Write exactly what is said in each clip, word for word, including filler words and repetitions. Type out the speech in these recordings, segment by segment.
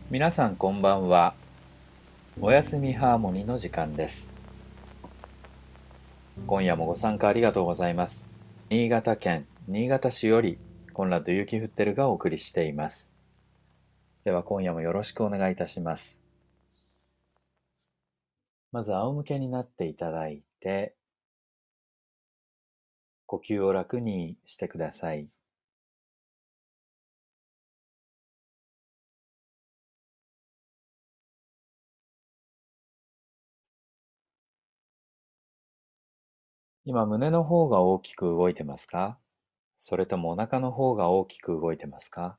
皆さんこんばんは。おやすみハーモニーの時間です。今夜もご参加ありがとうございます。新潟県新潟市よりコンラッドゆきふってるがお送りしています。では今夜もよろしくお願いいたします。まず仰向けになっていただいて、呼吸を楽にしてください。今胸の方が大きく動いてますか？それともお腹の方が大きく動いてますか？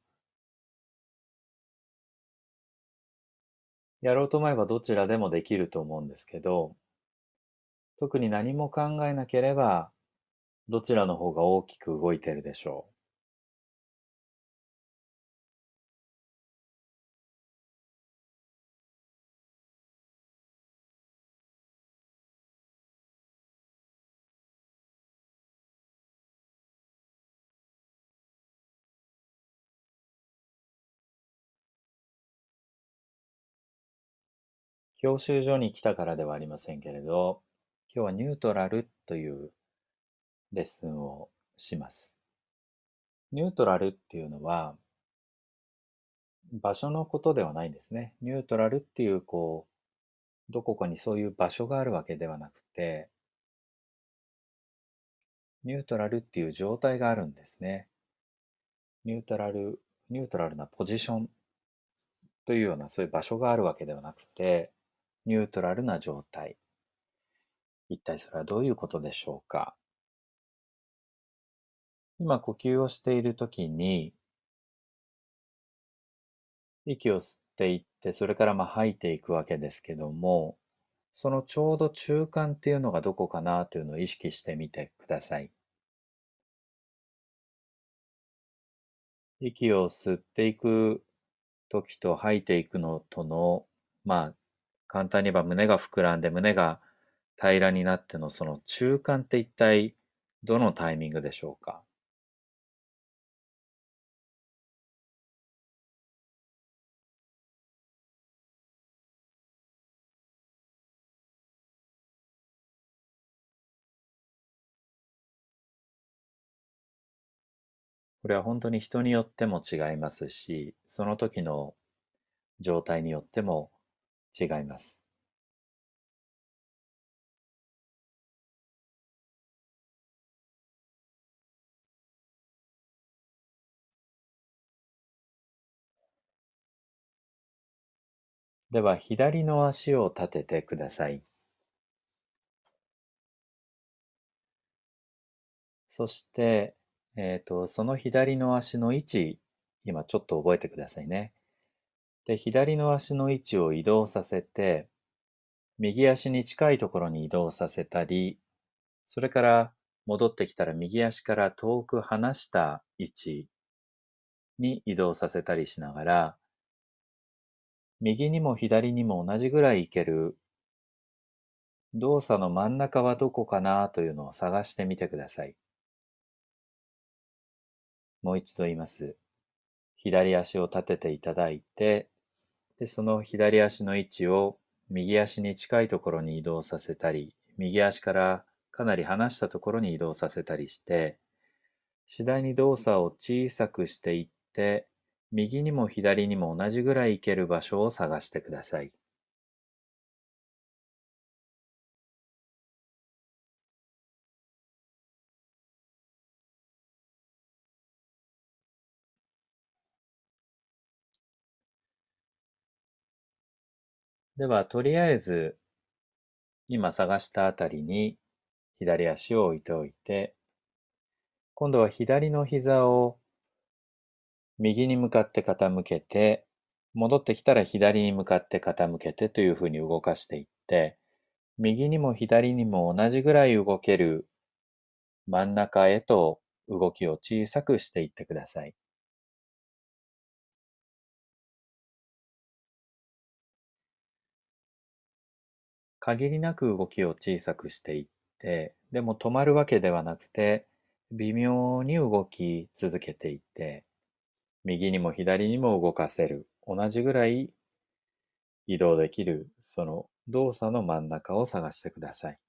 やろうと思えばどちらでもできると思うんですけど、特に何も考えなければどちらの方が大きく動いているでしょう。教習所に来たからではありませんけれど、今日はニュートラルというレッスンをします。ニュートラルっていうのは場所のことではないんですね。ニュートラルっていうこう、どこかにそういう場所があるわけではなくて、ニュートラルっていう状態があるんですね。ニュートラル、ニュートラルなポジションというようなそういう場所があるわけではなくて、ニュートラルな状態。一体それはどういうことでしょうか。今呼吸をしているときに、息を吸っていって、それからまあ吐いていくわけですけども、そのちょうど中間っていうのがどこかなというのを意識してみてください。息を吸っていく時と吐いていくのとの、まあ、簡単に言えば胸が膨らんで胸が平らになってのその中間って一体どのタイミングでしょうか。これは本当に人によっても違いますし、その時の状態によっても違います。では、左の足を立ててください。そして、えっと、その左の足の位置、今ちょっと覚えてくださいね。で、左の足の位置を移動させて、右足に近いところに移動させたり、それから戻ってきたら右足から遠く離した位置に移動させたりしながら、右にも左にも同じぐらい行ける動作の真ん中はどこかなというのを探してみてください。もう一度言います。左足を立てていただいて、で、その左足の位置を右足に近いところに移動させたり、右足からかなり離したところに移動させたりして、次第に動作を小さくしていって、右にも左にも同じぐらい行ける場所を探してください。では、とりあえず、今探したあたりに左足を置いておいて、今度は左の膝を右に向かって傾けて、戻ってきたら左に向かって傾けてというふうに動かしていって、右にも左にも同じぐらい動ける真ん中へと動きを小さくしていってください。限りなく動きを小さくしていって、でも止まるわけではなくて、微妙に動き続けていって、右にも左にも動かせる。 同じぐらい移動できる、その動作の真ん中を探してください。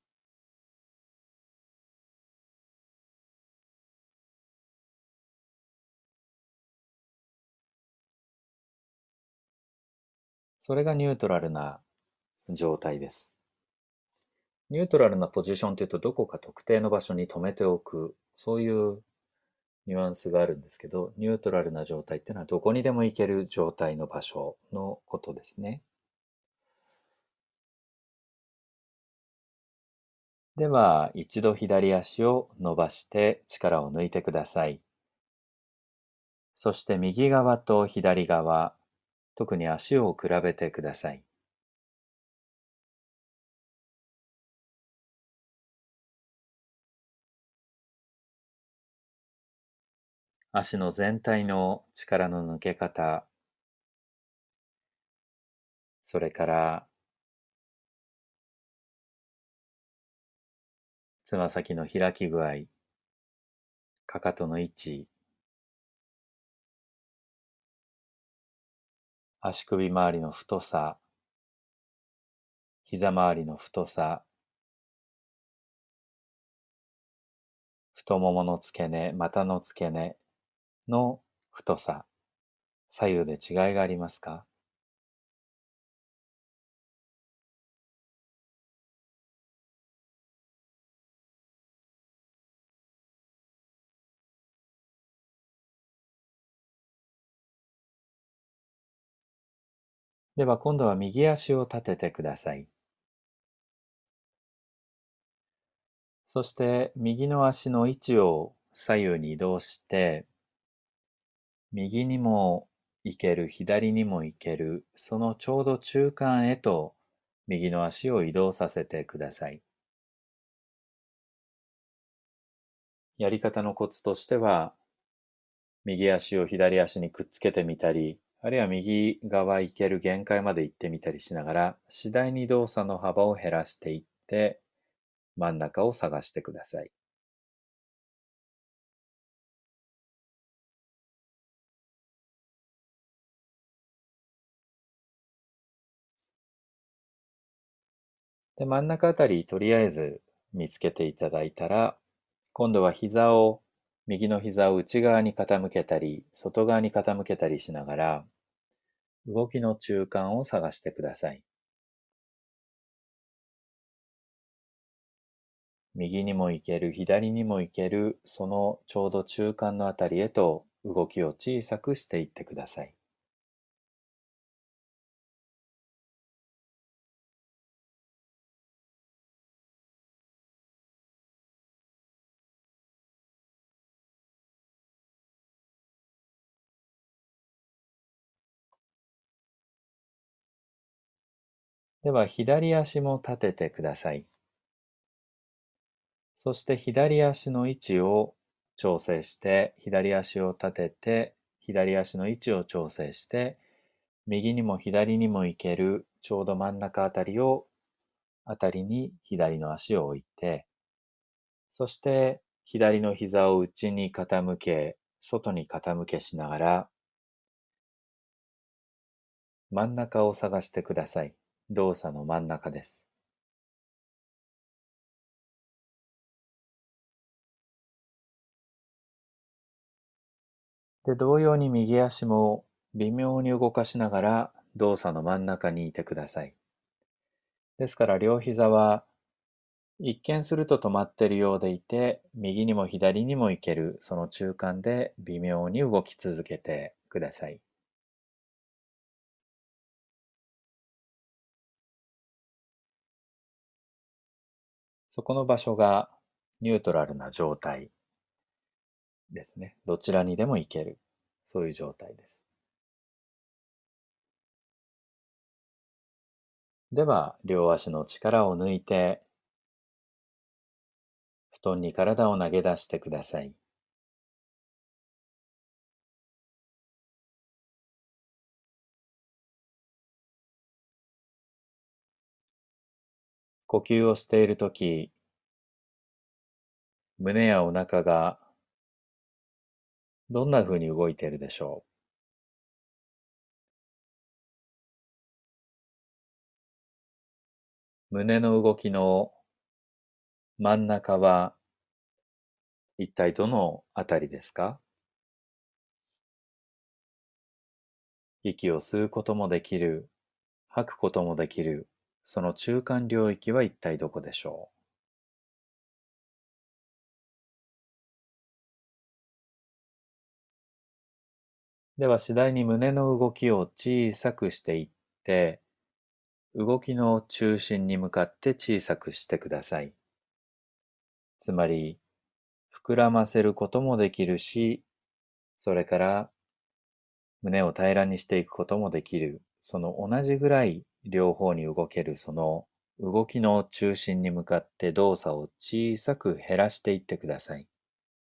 それがニュートラルな状態です。ニュートラルなポジションというと、どこか特定の場所に止めておく、そういうニュアンスがあるんですけど、ニュートラルな状態っていうのはどこにでも行ける状態の場所のことですね。では、一度左足を伸ばして力を抜いてください。そして右側と左側、特に足を比べてください。足の全体の力の抜け方、それからつま先の開き具合、かかとの位置、足首周りの太さ、膝周りの太さ、太ももの付け根、股の付け根の太さ、左右で違いがありますか？では今度は右足を立ててください。そして右の足の位置を左右に移動して、右にも行ける、左にも行ける、そのちょうど中間へと右の足を移動させてください。やり方のコツとしては、右足を左足にくっつけてみたり、あるいは右側行ける限界まで行ってみたりしながら、次第に動作の幅を減らしていって、真ん中を探してください。で、真ん中あたり、とりあえず見つけていただいたら、今度は膝を、右の膝を内側に傾けたり、外側に傾けたりしながら、動きの中間を探してください。右にも行ける、左にも行ける、そのちょうど中間のあたりへと動きを小さくしていってください。では、左足も立ててください。そして左足の位置を調整して、左足を立てて、左足の位置を調整して、右にも左にも行けるちょうど真ん中あたりを、あたりに左の足を置いて、そして左の膝を内に傾け、外に傾けしながら、真ん中を探してください。動作の真ん中です。で、同様に右足も微妙に動かしながら動作の真ん中にいてください。ですから両膝は一見すると止まっているようでいて、右にも左にも行ける、その中間で微妙に動き続けてください。そこの場所がニュートラルな状態ですね。どちらにでも行ける。そういう状態です。では、両足の力を抜いて、布団に体を投げ出してください。呼吸をしているとき、胸やお腹がどんな風に動いているでしょう。 胸の動きの真ん中は一体どのあたりですか？息を吸うこともできる、吐くこともできる、その中間領域は一体どこでしょう？では次第に胸の動きを小さくしていって、動きの中心に向かって小さくしてください。つまり、膨らませることもできるし、それから胸を平らにしていくこともできる。その同じぐらい両方に動けるその動きの中心に向かって動作を小さく減らしていってください。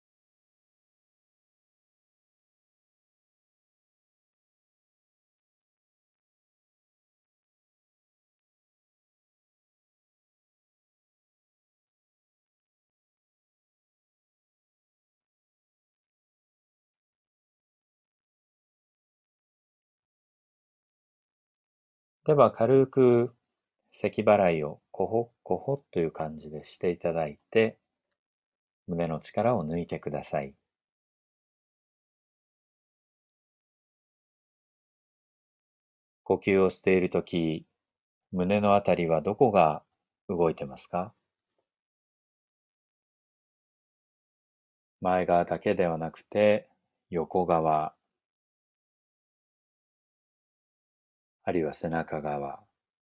では軽く咳払いをコホッコホッという感じでしていただいて、胸の力を抜いてください。呼吸をしているとき、胸のあたりはどこが動いてますか？前側だけではなくて、横側、あるいは背中側。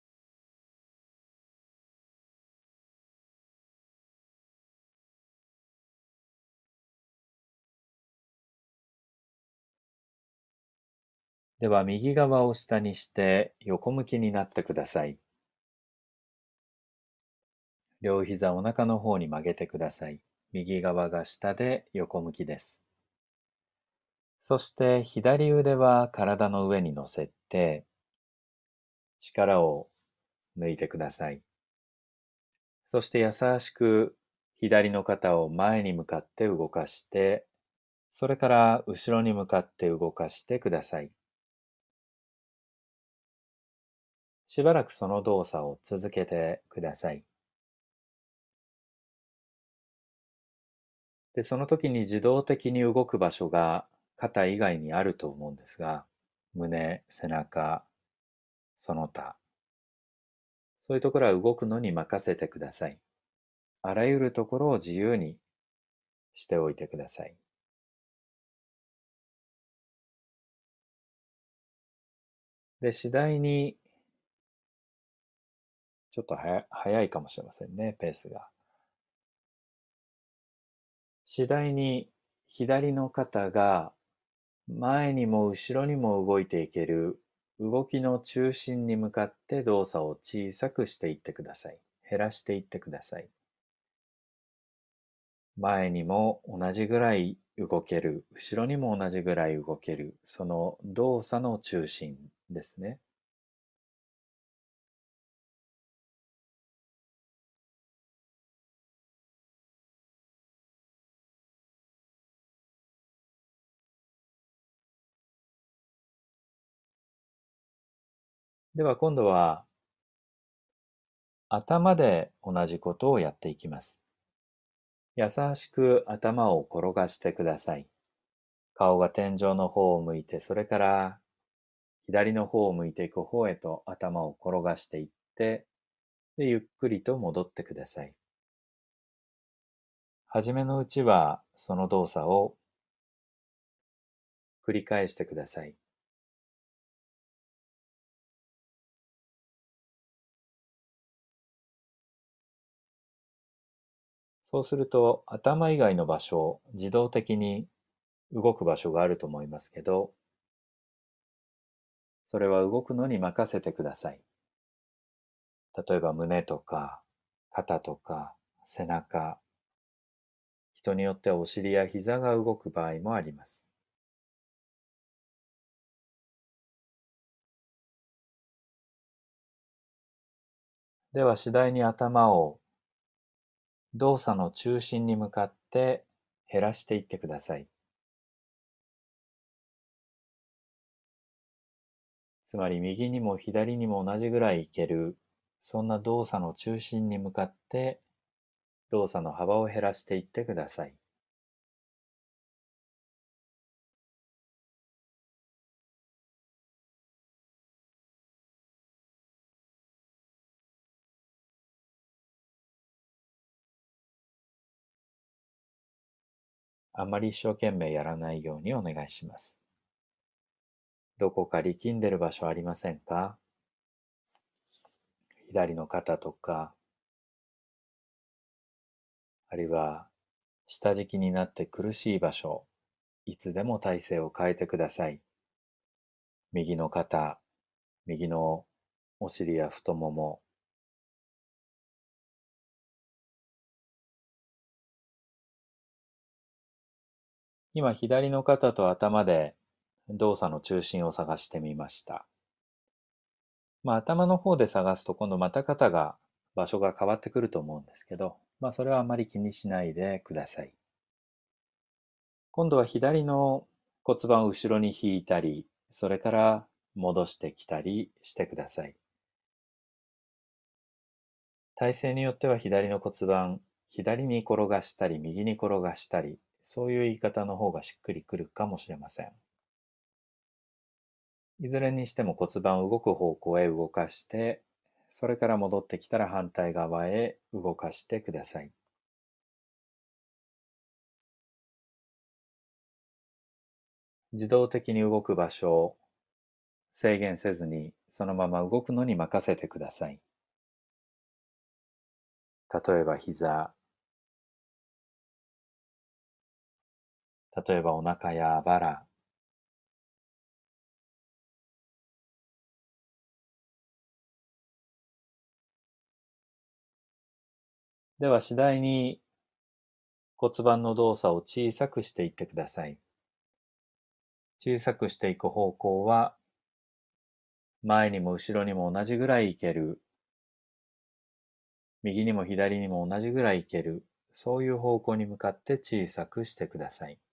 では右側を下にして横向きになってください。両膝お腹の方に曲げてください。右側が下で横向きです。そして左腕は体の上に乗せて力を抜いてください。そして優しく左の肩を前に向かって動かして、それから後ろに向かって動かしてください。しばらくその動作を続けてください。で、その時に自動的に動く場所が肩以外にあると思うんですが、胸、背中、その他、そういうところは動くのに任せてください。あらゆるところを自由にしておいてください。で、次第に、ちょっとはや早いかもしれませんね、ペースが。次第に左の肩が前にも後ろにも動いていける動きの中心に向かって動作を小さくしていってください。減らしていってください。前にも同じぐらい動ける、後ろにも同じぐらい動ける、その動作の中心ですね。では今度は頭で同じことをやっていきます。優しく頭を転がしてください。顔が天井の方を向いて、それから左の方を向いていく方へと頭を転がしていって、で、ゆっくりと戻ってください。はじめのうちはその動作を繰り返してください。そうすると頭以外の場所、自動的に動く場所があると思いますけど、それは動くのに任せてください。例えば胸とか肩とか背中、人によってはお尻や膝が動く場合もあります。では次第に頭を動作の中心に向かって減らしていってください。つまり右にも左にも同じぐらいいける、 そんな動作の中心に向かって動作の幅を減らしていってください。あまり一生懸命やらないようにお願いします。どこか力んでる場所ありませんか？左の肩とか、あるいは下敷きになって苦しい場所、いつでも体勢を変えてください。右の肩、右のお尻や太もも、今左の肩と頭で動作の中心を探してみました。まあ頭の方で探すと今度また肩が場所が変わってくると思うんですけど、まあそれはあまり気にしないでください。今度は左の骨盤を後ろに引いたり、それから戻してきたりしてください。体勢によっては左の骨盤、左に転がしたり、右に転がしたり、そういう言い方の方がしっくりくるかもしれません。いずれにしても骨盤を動く方向へ動かして、それから戻ってきたら反対側へ動かしてください。自動的に動く場所を制限せずにそのまま動くのに任せてください。例えば膝、例えばお腹やあばら、では次第に骨盤の動作を小さくしていってください。小さくしていく方向は前にも後ろにも同じぐらいいける、右にも左にも同じぐらいいける、そういう方向に向かって小さくしてください。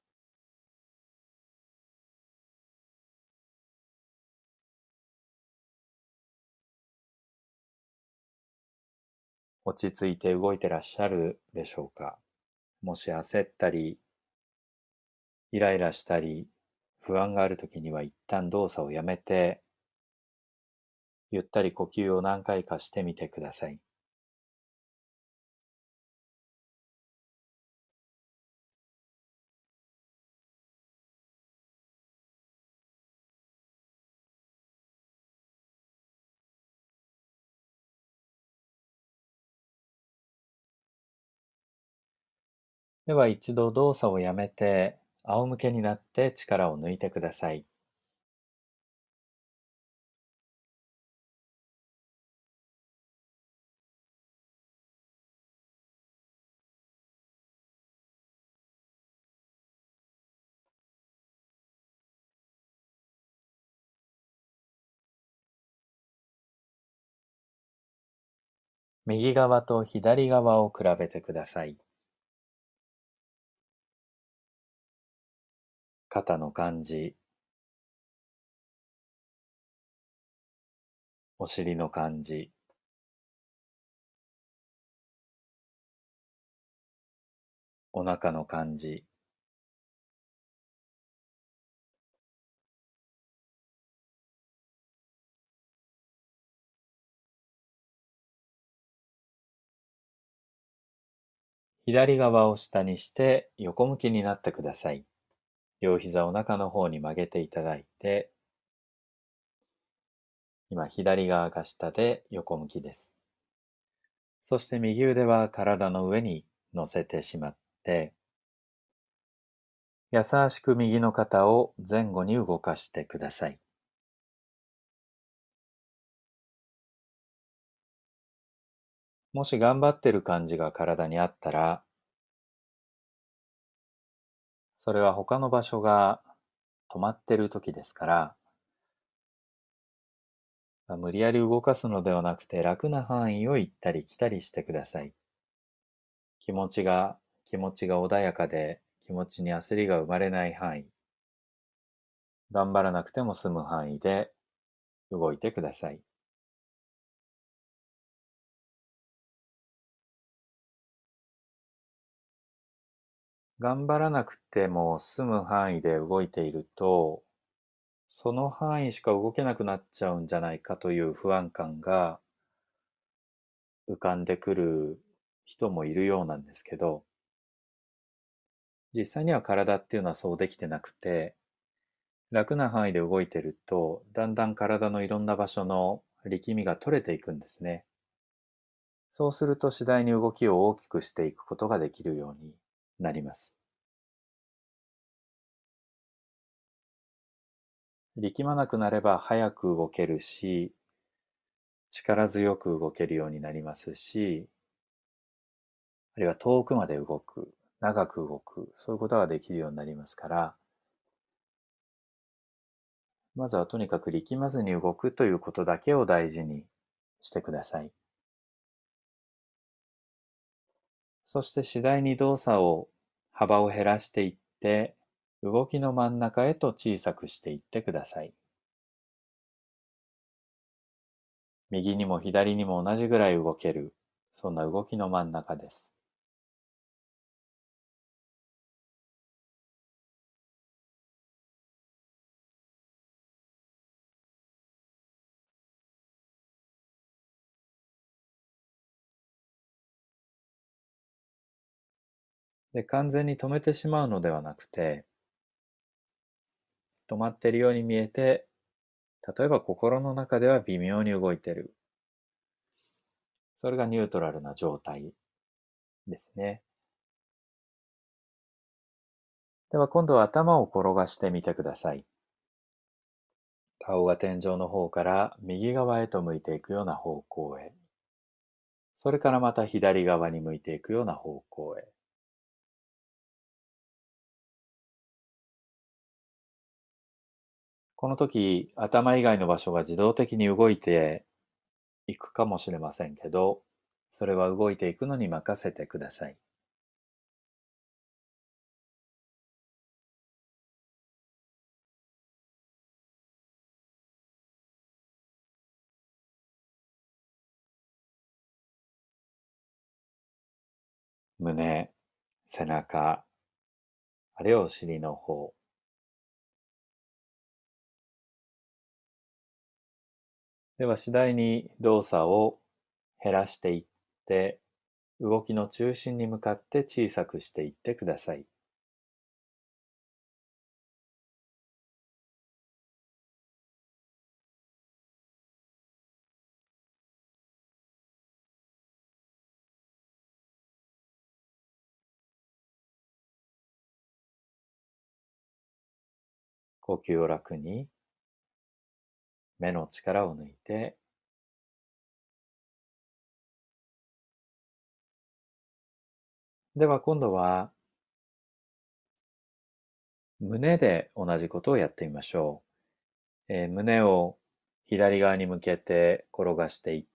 落ち着いて動いてらっしゃるでしょうか？もし焦ったり、イライラしたり、不安があるときには一旦動作をやめて、ゆったり呼吸を何回かしてみてください。では一度動作をやめて、仰向けになって力を抜いてください。右側と左側を比べてください。肩の感じ、お尻の感じ、お腹の感じ、左側を下にして横向きになってください。両膝を中の方に曲げていただいて、今左側が下で横向きです。そして右腕は体の上に乗せてしまって、優しく右の肩を前後に動かしてください。もし頑張ってる感じが体にあったら、それは他の場所が止まってる時ですから、無理やり動かすのではなくて楽な範囲を行ったり来たりしてください。気持ちが、気持ちが穏やかで気持ちに焦りが生まれない範囲、頑張らなくても済む範囲で動いてください。 頑張らなくても済む範囲で動いていると、その範囲しか動けなくなっちゃうんじゃないかという不安感が浮かんでくる人もいるようなんですけど、実際には体っていうのはそうできてなくて、楽な範囲で動いてると、だんだん体のいろんな場所の力みが取れていくんですね。そうすると次第に動きを大きくしていくことができるようになります。力まなくなれば早く動けるし、力強く動けるようになりますし、あるいは遠くまで動く、長く動く、そういうことができるようになりますから、まずはとにかく力まずに動くということだけを大事にしてください。そして次第に動作を幅を減らしていって、動きの真ん中へと小さくしていってください。右にも左にも同じぐらい動ける、そんな動きの真ん中です。で、完全に止めてしまうのではなくて、止まっているように見えて、例えば心の中では微妙に動いている。それがニュートラルな状態ですね。では今度は頭を転がしてみてください。顔が天井の方から右側へと向いていくような方向へ。それからまた左側に向いていくような方向へ。この時、頭以外の場所が自動的に動いていくかもしれませんけど、それは動いていくのに任せてください。胸、背中、あるいはお尻の方。では次第に動作を減らしていって、動きの中心に向かって小さくしていってください。呼吸を楽に、目の力を抜いて、では今度は胸で同じことをやってみましょう。えー胸を左側に向けて転がしていって、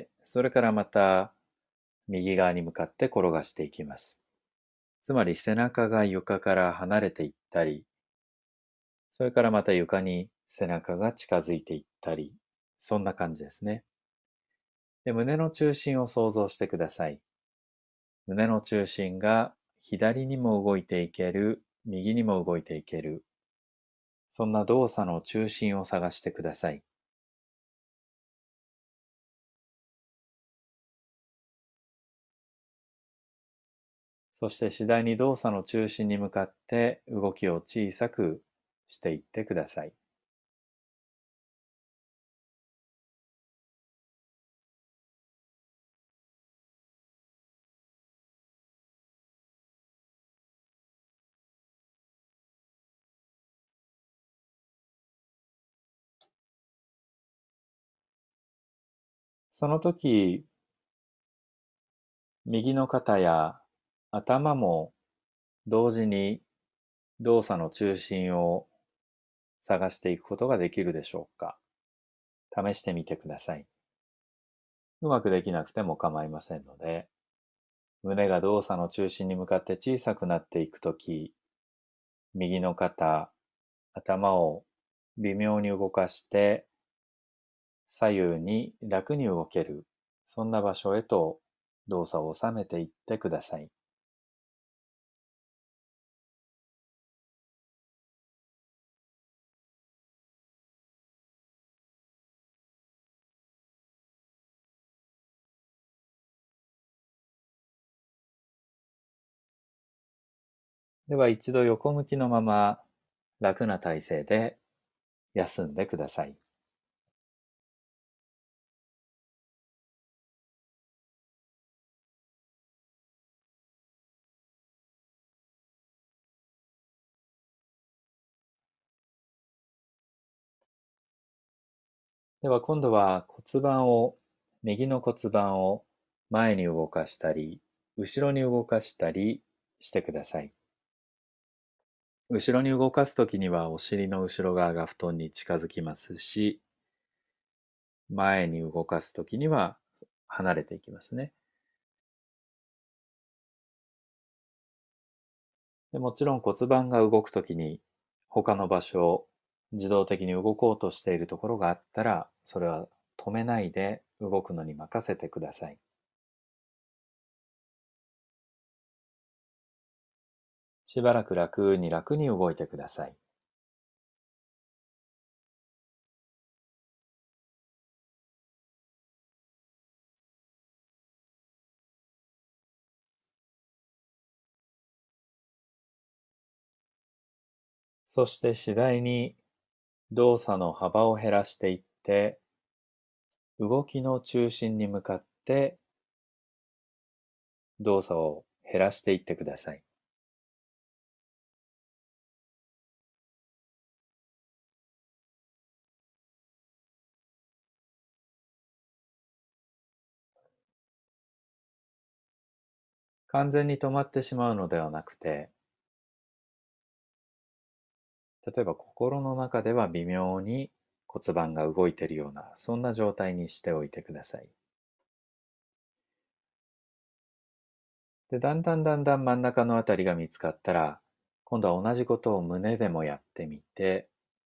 それからまた右側に向かって転がしていきます。つまり背中が床から離れていったり、それからまた床に背中が近づいていったり、そんな感じですね。で、胸の中心を想像してください。胸の中心が左にも動いていける、右にも動いていける、そんな動作の中心を探してください。そして次第に動作の中心に向かって動きを小さくしていってください。その時、右の肩や頭も同時に動作の中心を探していくことができるでしょうか。試してみてください。うまくできなくても構いませんので、胸が動作の中心に向かって小さくなっていくとき、右の肩、頭を微妙に動かして、左右に楽に動ける、そんな場所へと動作を収めていってください。 では一度横向きのまま楽な体勢で休んでください。では今度は骨盤を、右の骨盤を前に動かしたり、後ろに動かしたりしてください。後ろに動かすときにはお尻の後ろ側が布団に近づきますし、前に動かすときには離れていきますね。でもちろん骨盤が動くときに他の場所を自動的に動こうとしているところがあったら、それは止めないで動くのに任せてください。しばらく楽に楽に動いてください。そして次第に動作の幅を減らしていって、動きの中心に向かって動作を減らしていってください。完全に止まってしまうのではなくて、例えば心の中では微妙に骨盤が動いているような、そんな状態にしておいてください。で、だんだんだんだん真ん中のあたりが見つかったら、今度は同じことを胸でもやってみて、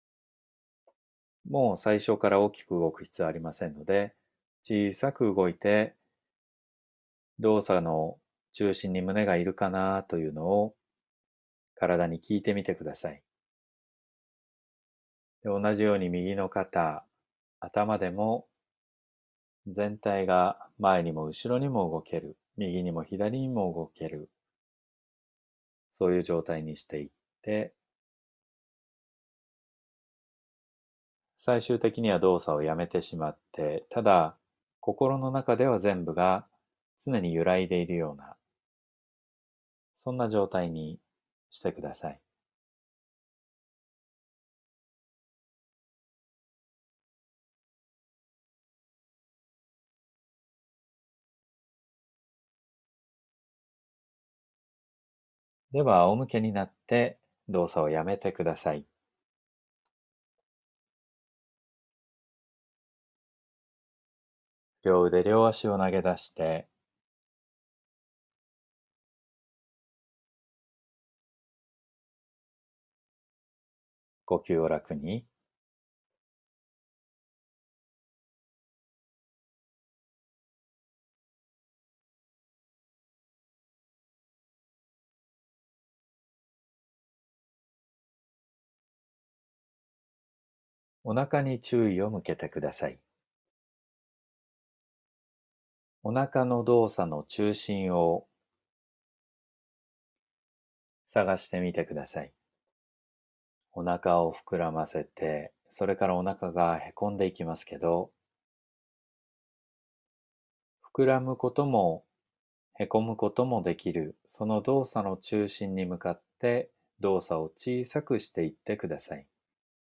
もう最初から大きく動く必要はありませんので、小さく動いて、動作の中心に胸がいるかなというのを体に聞いてみてください。で、同じように右の肩、頭でも全体が前にも後ろにも動ける、右にも左にも動ける、そういう状態にしていって、最終的には動作をやめてしまって、ただ心の中では全部が常に揺らいでいるような、そんな状態にしてください。では仰向けになって動作をやめてください。両腕両足を投げ出して、呼吸を楽に。お腹に注意を向けてください。お腹の動作の中心を探してみてください。お腹を膨らませて、それからお腹がへこんでいきますけど、膨らむこともへこむこともできる、その動作の中心に向かって動作を小さくしていってください。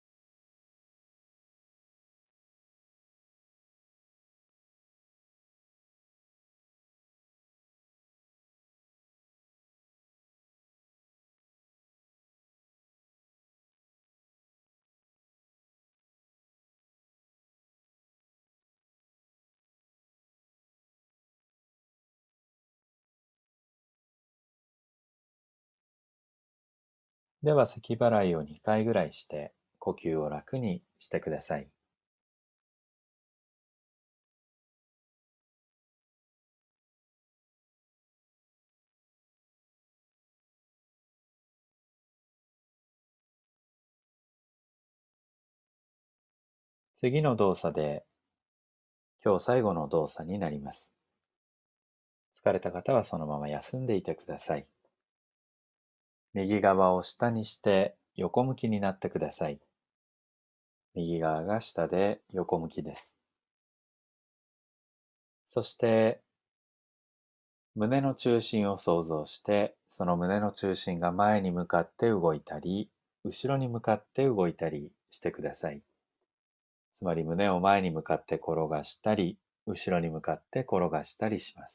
では咳払いをにかいぐらいして呼吸を楽にしてください。次の動作で今日最後の動作になります。疲れた方はそのまま休んでいてください。 右側を下にして横向きになってください。右側が下で横向きです。そして胸の中心を想像して、その胸の中心が前に向かって動いたり、後ろに向かって動いたりしてください。つまり胸を前に向かって転がしたり、後ろに向かって転がしたりします。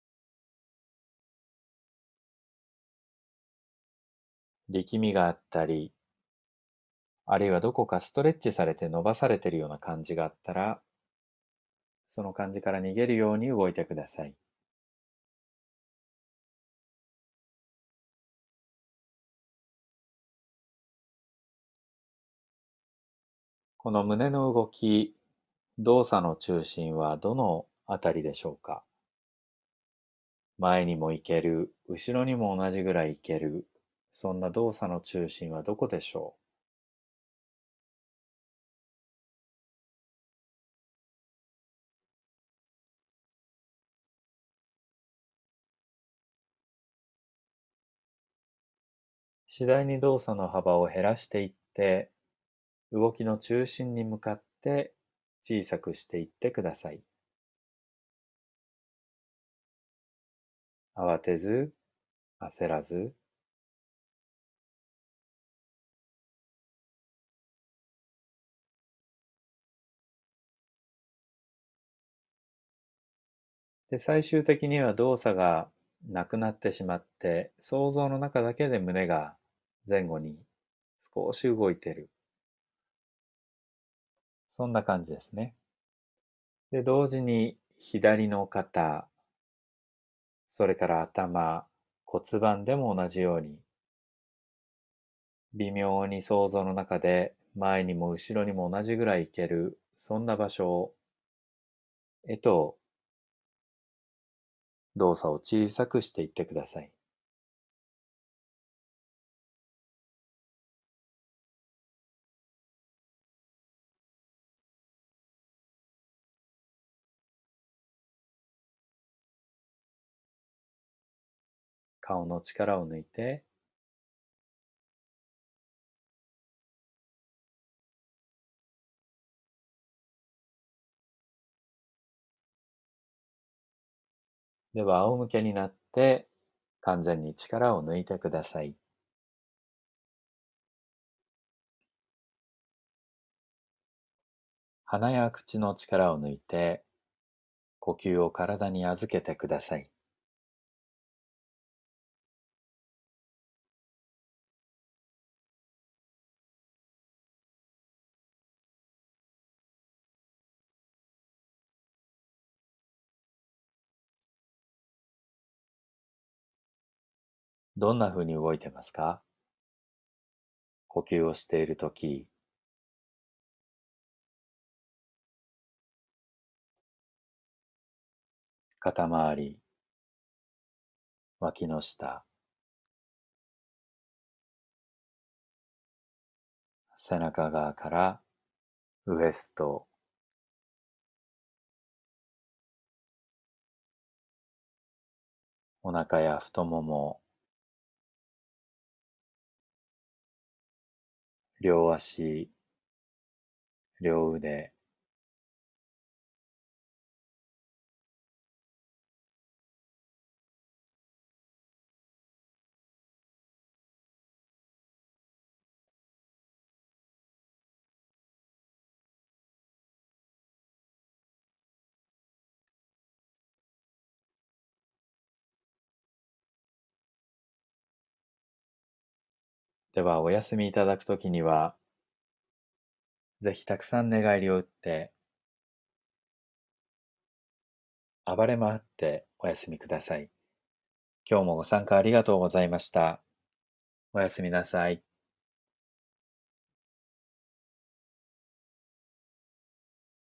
力みがあったり、あるいはどこかストレッチされて伸ばされているような感じがあったら、その感じから逃げるように動いてください。この胸の動き、動作の中心はどのあたりでしょうか？前にも行ける、後ろにも同じぐらい行ける、そんな動作の中心はどこでしょう？次第に動作の幅を減らしていって、動きの中心に向かって小さくしていってください。慌てず、焦らず、で、最終的には動作がなくなってしまって、想像の中だけで胸が前後に少し動いている。そんな感じですね。で、同時に左の肩、それから頭、骨盤でも同じように、微妙に想像の中で前にも後ろにも同じぐらいいける、そんな場所へと動作を小さくしていってください。顔の力を抜いて、では仰向けになって完全に力を抜いてください。鼻や口の力を抜いて呼吸を体に預けてください。どんな風に動いてますか？呼吸をしているとき、肩周り、脇の下、背中側からウエスト、お腹や太もも、両足、両腕、ではお休みいただくときには、ぜひたくさん寝返りを打って、暴れ回ってお休みください。今日もご参加ありがとうございました。おやすみなさい。